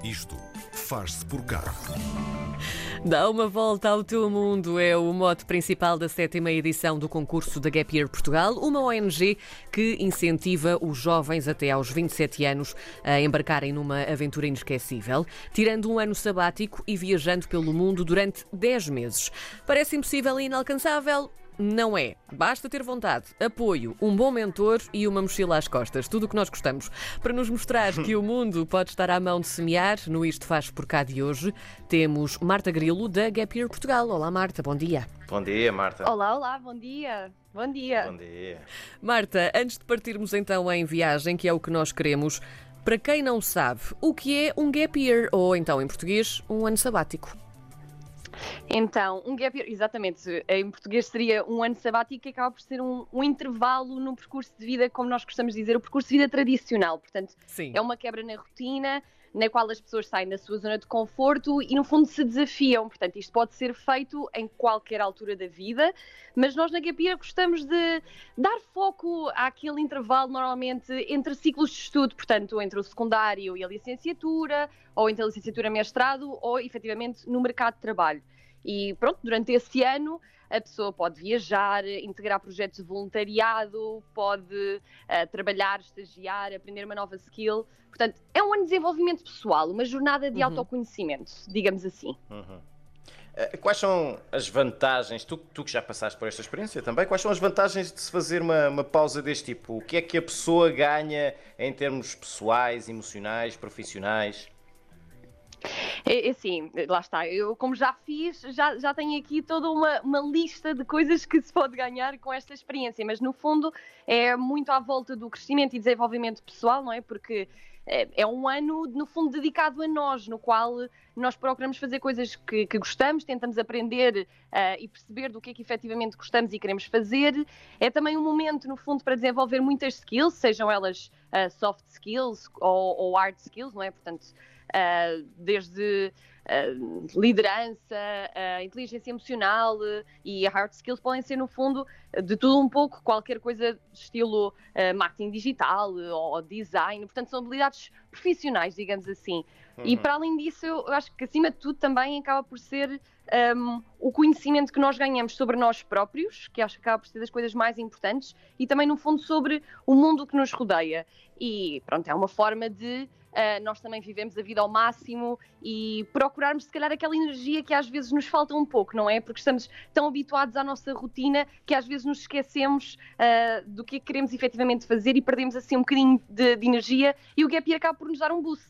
Isto faz-se por cá. Dá uma volta ao teu mundo é o mote principal da 7ª edição do concurso da Gap Year Portugal, uma ONG que incentiva os jovens até aos 27 anos a embarcarem numa aventura inesquecível, tirando um ano sabático e viajando pelo mundo durante 10 meses. Parece impossível e inalcançável? Não é. Basta ter vontade, apoio, um bom mentor e uma mochila às costas. Tudo o que nós gostamos. Para nos mostrar que o mundo pode estar à mão de semear, no Isto Faz Por Cá de hoje, temos Marta Grilo, da Gap Year Portugal. Olá, Marta, bom dia. Bom dia, Marta. Olá, bom dia. Bom dia. Bom dia. Marta, antes de partirmos então em viagem, que é o que nós queremos, para quem não sabe, o que é um Gap Year, ou então, em português, um ano sabático? Então, um gap year, exatamente, em português seria um ano sabático que acaba por ser um intervalo no percurso de vida, como nós gostamos de dizer, o percurso de vida tradicional. Portanto, Sim. É uma quebra na rotina, na qual as pessoas saem da sua zona de conforto e, no fundo, se desafiam. Portanto, isto pode ser feito em qualquer altura da vida, mas nós na Gap Year gostamos de dar foco àquele intervalo, normalmente, entre ciclos de estudo, portanto, entre o secundário e a licenciatura, ou entre a licenciatura e mestrado, ou, efetivamente, no mercado de trabalho. E pronto, durante esse ano a pessoa pode viajar, integrar projetos de voluntariado, pode trabalhar, estagiar, aprender uma nova skill. Portanto, é um ano de desenvolvimento pessoal, uma jornada de autoconhecimento, digamos assim. Quais são as vantagens, tu que já passaste por esta experiência também, quais são as vantagens de se fazer uma pausa deste tipo? O que é que a pessoa ganha em termos pessoais, emocionais, profissionais? É assim, lá está, eu como já fiz, já tenho aqui toda uma lista de coisas que se pode ganhar com esta experiência, mas no fundo é muito à volta do crescimento e desenvolvimento pessoal, não é? Porque é um ano, no fundo, dedicado a nós, no qual nós procuramos fazer coisas que gostamos, tentamos aprender e perceber do que é que efetivamente gostamos e queremos fazer. É também um momento, no fundo, para desenvolver muitas skills, sejam elas soft skills ou hard skills, não é? Portanto, desde liderança, inteligência emocional e hard skills podem ser, no fundo, de tudo um pouco, qualquer coisa estilo marketing digital ou design. Portanto, são habilidades profissionais, digamos assim. E para além disso, eu acho que acima de tudo também acaba por ser o conhecimento que nós ganhamos sobre nós próprios, que acho que acaba por ser das coisas mais importantes, e também, no fundo, sobre o mundo que nos rodeia. E pronto, é uma forma de nós também vivemos a vida ao máximo e procurarmos, se calhar, aquela energia que às vezes nos falta um pouco, não é? Porque estamos tão habituados à nossa rotina que às vezes nos esquecemos do que queremos efetivamente fazer e perdemos assim um bocadinho de energia, e o Gap Year acaba por nos dar um boost.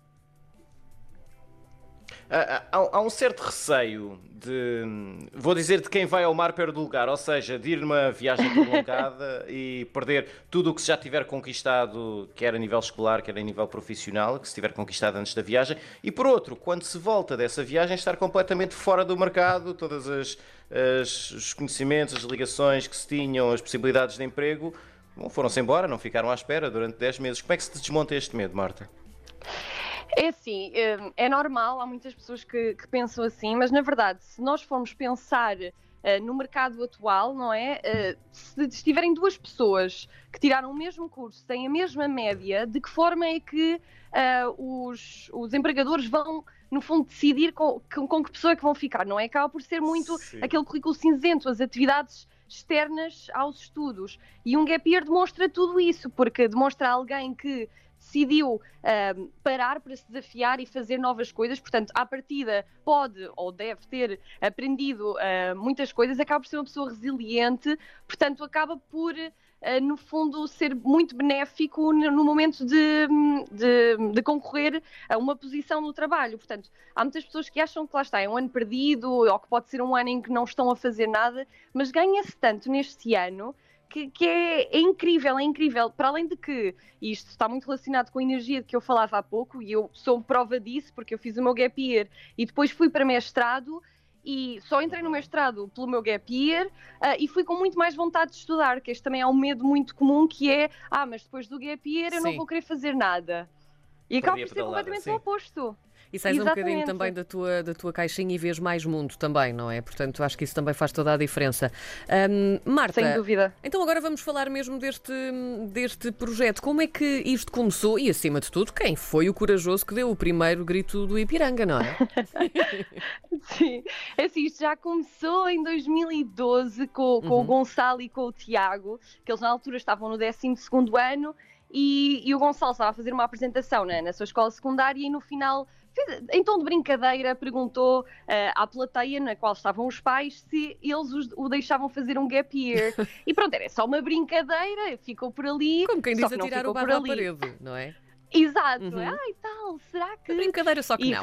Há um certo receio vou dizer, de quem vai ao mar perto do lugar, ou seja, de ir numa viagem prolongada e perder tudo o que se já tiver conquistado, quer a nível escolar, quer a nível profissional, que se tiver conquistado antes da viagem, e por outro, quando se volta dessa viagem, estar completamente fora do mercado, todas os conhecimentos, as ligações que se tinham, as possibilidades de emprego, foram-se embora, não ficaram à espera durante 10 meses. Como é que se desmonta este medo, Marta? É assim, é normal, há muitas pessoas que pensam assim, mas na verdade, se nós formos pensar no mercado atual, não é? Se estiverem duas pessoas que tiraram o mesmo curso, têm a mesma média, de que forma é que os empregadores vão, no fundo, decidir com que pessoa é que vão ficar, não é? Acaba por ser muito aquele currículo cinzento, as atividades externas aos estudos. E um Gap Year demonstra tudo isso, porque demonstra alguém que decidiu parar para se desafiar e fazer novas coisas. Portanto, à partida pode ou deve ter aprendido muitas coisas, acaba por ser uma pessoa resiliente, portanto acaba por, no fundo, ser muito benéfico no momento de concorrer a uma posição no trabalho. Portanto, há muitas pessoas que acham que lá está, é um ano perdido, ou que pode ser um ano em que não estão a fazer nada, mas ganha-se tanto neste ano que é incrível, é incrível. Para além de que isto está muito relacionado com a energia de que eu falava há pouco, e eu sou prova disso, porque eu fiz o meu Gap Year e depois fui para mestrado, e só entrei no mestrado pelo meu Gap Year e fui com muito mais vontade de estudar, que este também é um medo muito comum, que é, mas depois do Gap Year eu não vou querer fazer nada. E acaba Perdi a por ser pedalada, completamente sim. o oposto. E sais um bocadinho Exatamente. também da tua caixinha e vês mais mundo também, não é? Portanto, acho que isso também faz toda a diferença. Marta, Sem dúvida. então agora vamos falar mesmo deste projeto. Como é que isto começou? E, acima de tudo, quem foi o corajoso que deu o primeiro grito do Ipiranga, não é? Sim, é assim, isto já começou em 2012 com o Gonçalo e com o Tiago, que eles na altura estavam no 12º ano e o Gonçalo estava a fazer uma apresentação na sua escola secundária e no final, em tom de brincadeira, perguntou à plateia na qual estavam os pais se eles o deixavam fazer um gap year. E pronto, era só uma brincadeira, ficou por ali. Como quem só diz que a não tirar o ficou por barro à ali. parede, não é? Exato, ai tal, será que... Brincadeira só que E não.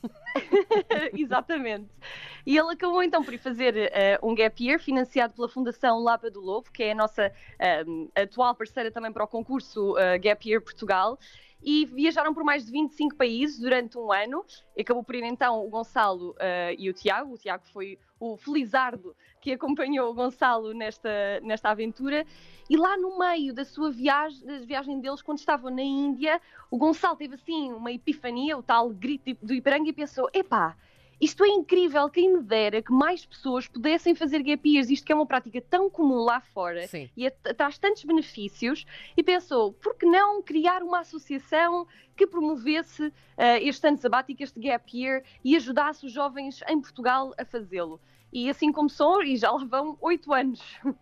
Exatamente. E ele acabou então por ir fazer um gap year financiado pela Fundação Lapa do Lobo, que é a nossa atual parceira também para o concurso Gap Year Portugal. E viajaram por mais de 25 países durante um ano. Acabou por ir então o Gonçalo e o Tiago. O Tiago foi o felizardo que acompanhou o Gonçalo nesta aventura. E lá no meio da viagem deles, quando estavam na Índia, o Gonçalo teve assim uma epifania, o tal grito do Ipiranga, e pensou: epá, isto é incrível, quem me dera que mais pessoas pudessem fazer gap years, isto que é uma prática tão comum lá fora. Sim. E traz tantos benefícios, e pensou, por que não criar uma associação que promovesse este ano sabático, este gap year, e ajudasse os jovens em Portugal a fazê-lo. E assim começou, e já lá vão 8 anos.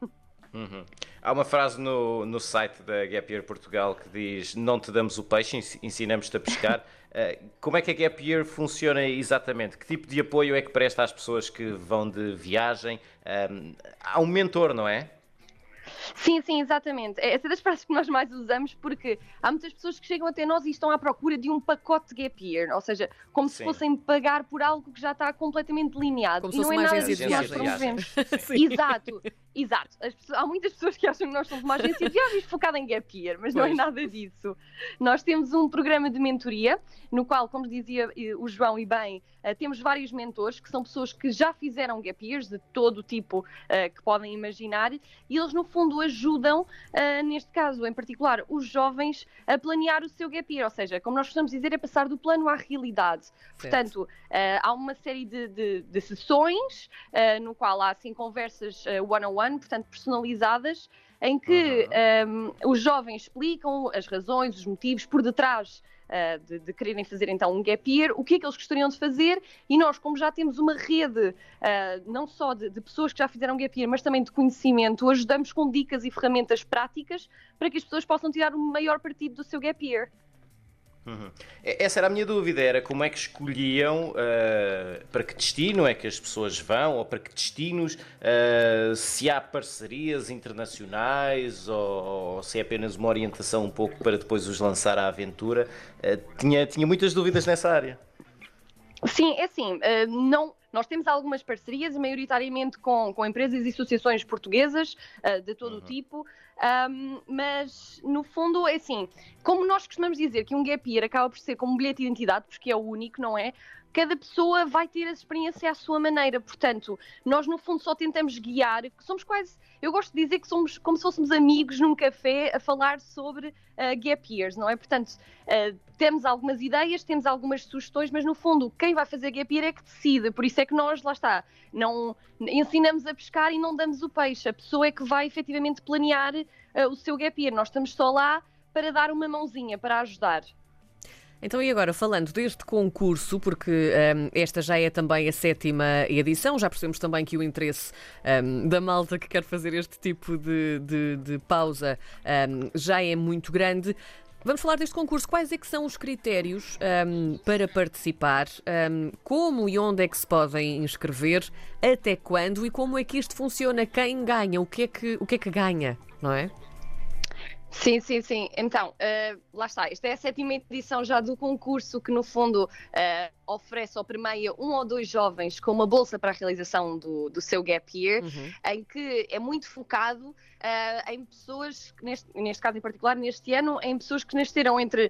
Há uma frase no site da Gap Year Portugal que diz: não te damos o peixe, ensinamos-te a pescar. Como é que a Gap Year funciona exatamente? Que tipo de apoio é que presta às pessoas que vão de viagem? Há um mentor, não é? Sim, sim, exatamente. Essa é das frases que nós mais usamos porque há muitas pessoas que chegam até nós e estão à procura de um pacote de gap year, ou seja, como se Sim. fossem pagar por algo que já está completamente delineado. Como E se fosse não é uma nada agência disso de que nós viagens. promovemos. Sim. Exato. Há muitas pessoas que acham que nós somos uma agência de viagens focada em gap year, mas não é Pois. nada disso. Nós temos um programa de mentoria, no qual, como dizia o João e bem, temos vários mentores, que são pessoas que já fizeram gap years de todo o tipo que podem imaginar, e eles no fundo ajudam, neste caso em particular, os jovens a planear o seu gap year, ou seja, como nós costumamos dizer, é passar do plano à realidade. Portanto, há uma série de sessões, no qual há assim conversas one-on-one, portanto personalizadas, em que os jovens explicam as razões, os motivos por detrás de quererem fazer então um gap year, o que é que eles gostariam de fazer, e nós, como já temos uma rede não só de pessoas que já fizeram gap year, mas também de conhecimento, ajudamos com dicas e ferramentas práticas para que as pessoas possam tirar o maior partido do seu gap year. Essa era a minha dúvida, era como é que escolhiam para que destino é que as pessoas vão, ou para que destinos, se há parcerias internacionais ou se é apenas uma orientação um pouco para depois os lançar à aventura. Tinha muitas dúvidas nessa área. Sim, é assim, nós temos algumas parcerias, maioritariamente com empresas e associações portuguesas de todo o tipo, mas no fundo é assim, como nós costumamos dizer que um gap year acaba por ser como um bilhete de identidade, porque é o único, não é? Cada pessoa vai ter a experiência à sua maneira, portanto, nós no fundo só tentamos guiar, somos quase, eu gosto de dizer que somos como se fôssemos amigos num café a falar sobre gap years, não é? Portanto, temos algumas ideias, temos algumas sugestões, mas no fundo quem vai fazer gap year é que decide, por isso é que nós, lá está, não ensinamos a pescar e não damos o peixe, a pessoa é que vai efetivamente planear o seu gap year, nós estamos só lá para dar uma mãozinha, para ajudar. Então, e agora, falando deste concurso, porque esta já é também a 7ª edição, já percebemos também que o interesse da malta que quer fazer este tipo de pausa já é muito grande. Vamos falar deste concurso. Quais é que são os critérios para participar? Como e onde é que se podem inscrever? Até quando? E como é que isto funciona? Quem ganha? O que é que ganha? Não é? Sim. Então, lá está. Esta é a 7ª edição já do concurso que, no fundo, oferece ou premia 1 ou 2 jovens com uma bolsa para a realização do seu gap year, em que é muito focado em pessoas, neste caso em particular, neste ano, em pessoas que nasceram entre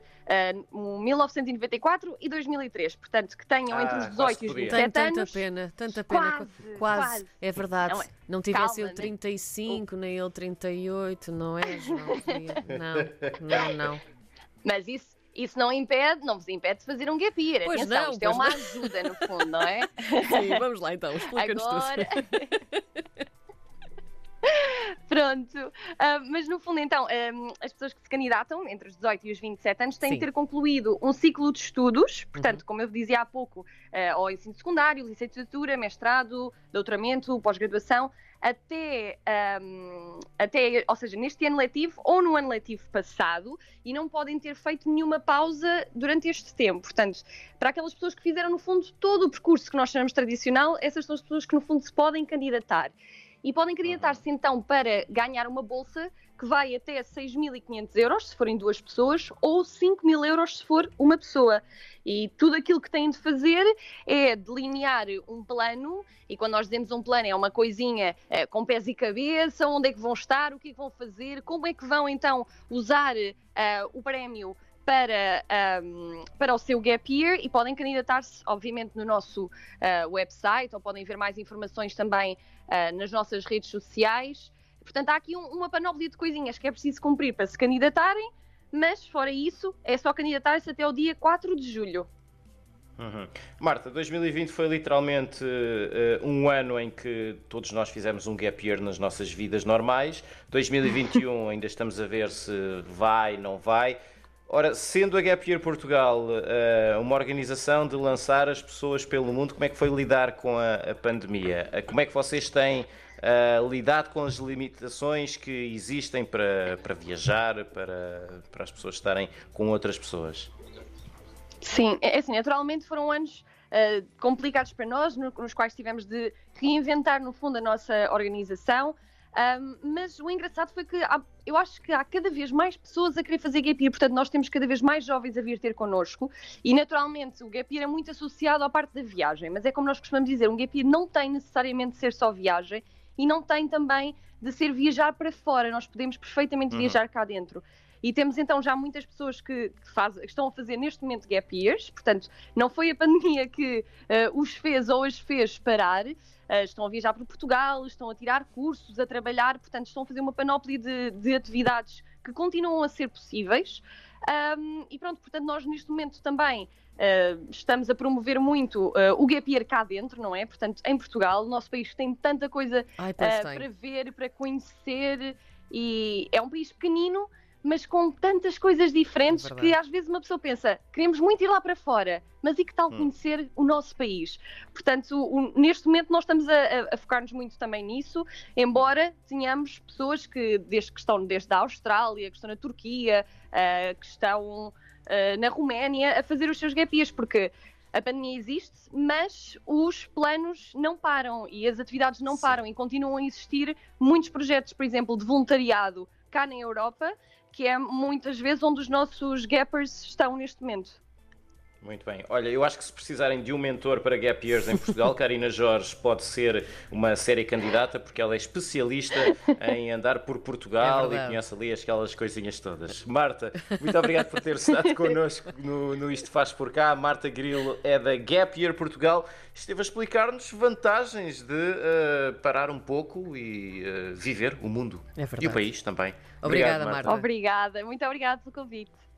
1994 e 2003. Portanto, que tenham entre os 18 e os 27 Tem anos. tanta pena. Quase. É verdade. Não tivesse calma, eu 35, nem ele 38, não é, João? Não. Mas isso isso não vos impede de fazer um gap year. Pois Atenção, não, isto é pois uma não. ajuda, no fundo, não é? Sim, vamos lá então, explica-nos Agora. tudo. Pronto. Mas no fundo, então, as pessoas que se candidatam entre os 18 e os 27 anos têm Sim. de ter concluído um ciclo de estudos, portanto, como eu dizia há pouco, ao ensino secundário, licenciatura, mestrado, doutoramento, pós-graduação, até, ou seja, neste ano letivo ou no ano letivo passado, e não podem ter feito nenhuma pausa durante este tempo. Portanto, para aquelas pessoas que fizeram, no fundo, todo o percurso que nós chamamos tradicional, essas são as pessoas que, no fundo, se podem candidatar. E podem candidatar-se então para ganhar uma bolsa que vai até 6.500 euros, se forem 2 pessoas, ou 5.000 euros se for uma pessoa. E tudo aquilo que têm de fazer é delinear um plano, e quando nós dizemos um plano é uma coisinha com pés e cabeça, onde é que vão estar, o que é que vão fazer, como é que vão então usar o prémio para o seu gap year, e podem candidatar-se, obviamente, no nosso website, ou podem ver mais informações também nas nossas redes sociais. Portanto, há aqui uma panóplia de coisinhas que é preciso cumprir para se candidatarem, mas fora isso, é só candidatar-se até o dia 4 de julho. Marta, 2020 foi literalmente um ano em que todos nós fizemos um gap year nas nossas vidas normais. 2021 ainda estamos a ver se vai, não vai. Ora, sendo a Gap Year Portugal uma organização de lançar as pessoas pelo mundo, como é que foi lidar com a pandemia? Como é que vocês têm lidado com as limitações que existem para viajar, para as pessoas estarem com outras pessoas? Sim, é assim, naturalmente foram anos complicados para nós, nos quais tivemos de reinventar, no fundo, a nossa organização. Mas o engraçado foi que eu acho que há cada vez mais pessoas a querer fazer gap year, portanto nós temos cada vez mais jovens a vir ter connosco, e naturalmente o gap year é muito associado à parte da viagem, mas é como nós costumamos dizer, um gap year não tem necessariamente de ser só viagem, e não tem também de ser viajar para fora, nós podemos perfeitamente viajar cá dentro. E temos então já muitas pessoas que estão a fazer neste momento gap years, portanto não foi a pandemia que os fez ou as fez parar. Estão a viajar por Portugal, estão a tirar cursos, a trabalhar, portanto estão a fazer uma panóplia de atividades que continuam a ser possíveis. E pronto, portanto nós neste momento também estamos a promover muito o gap year cá dentro, não é? Portanto, em Portugal, o nosso país tem tanta coisa para ver, para conhecer, e é um país pequenino, mas com tantas coisas diferentes que às vezes uma pessoa pensa, queremos muito ir lá para fora, mas e que tal conhecer o nosso país? Portanto, neste momento nós estamos a focar-nos muito também nisso, embora tenhamos pessoas que estão desde a Austrália, que estão na Turquia, que estão na Roménia a fazer os seus gap years, porque a pandemia existe, mas os planos não param e as atividades não param, e continuam a existir muitos projetos, por exemplo, de voluntariado cá na Europa, que é muitas vezes onde os nossos gappers estão neste momento. Muito bem. Olha, eu acho que se precisarem de um mentor para Gap Years em Portugal, Karina Jorge pode ser uma séria candidata, porque ela é especialista em andar por Portugal e conhece ali aquelas coisinhas todas. Marta, muito obrigado por ter estado connosco no Isto Faz Por Cá. Marta Grilo é da Gap Year Portugal. Esteve a explicar-nos vantagens de parar um pouco e viver o mundo. E o país também. Obrigada, Marta. Obrigada, muito obrigada pelo convite.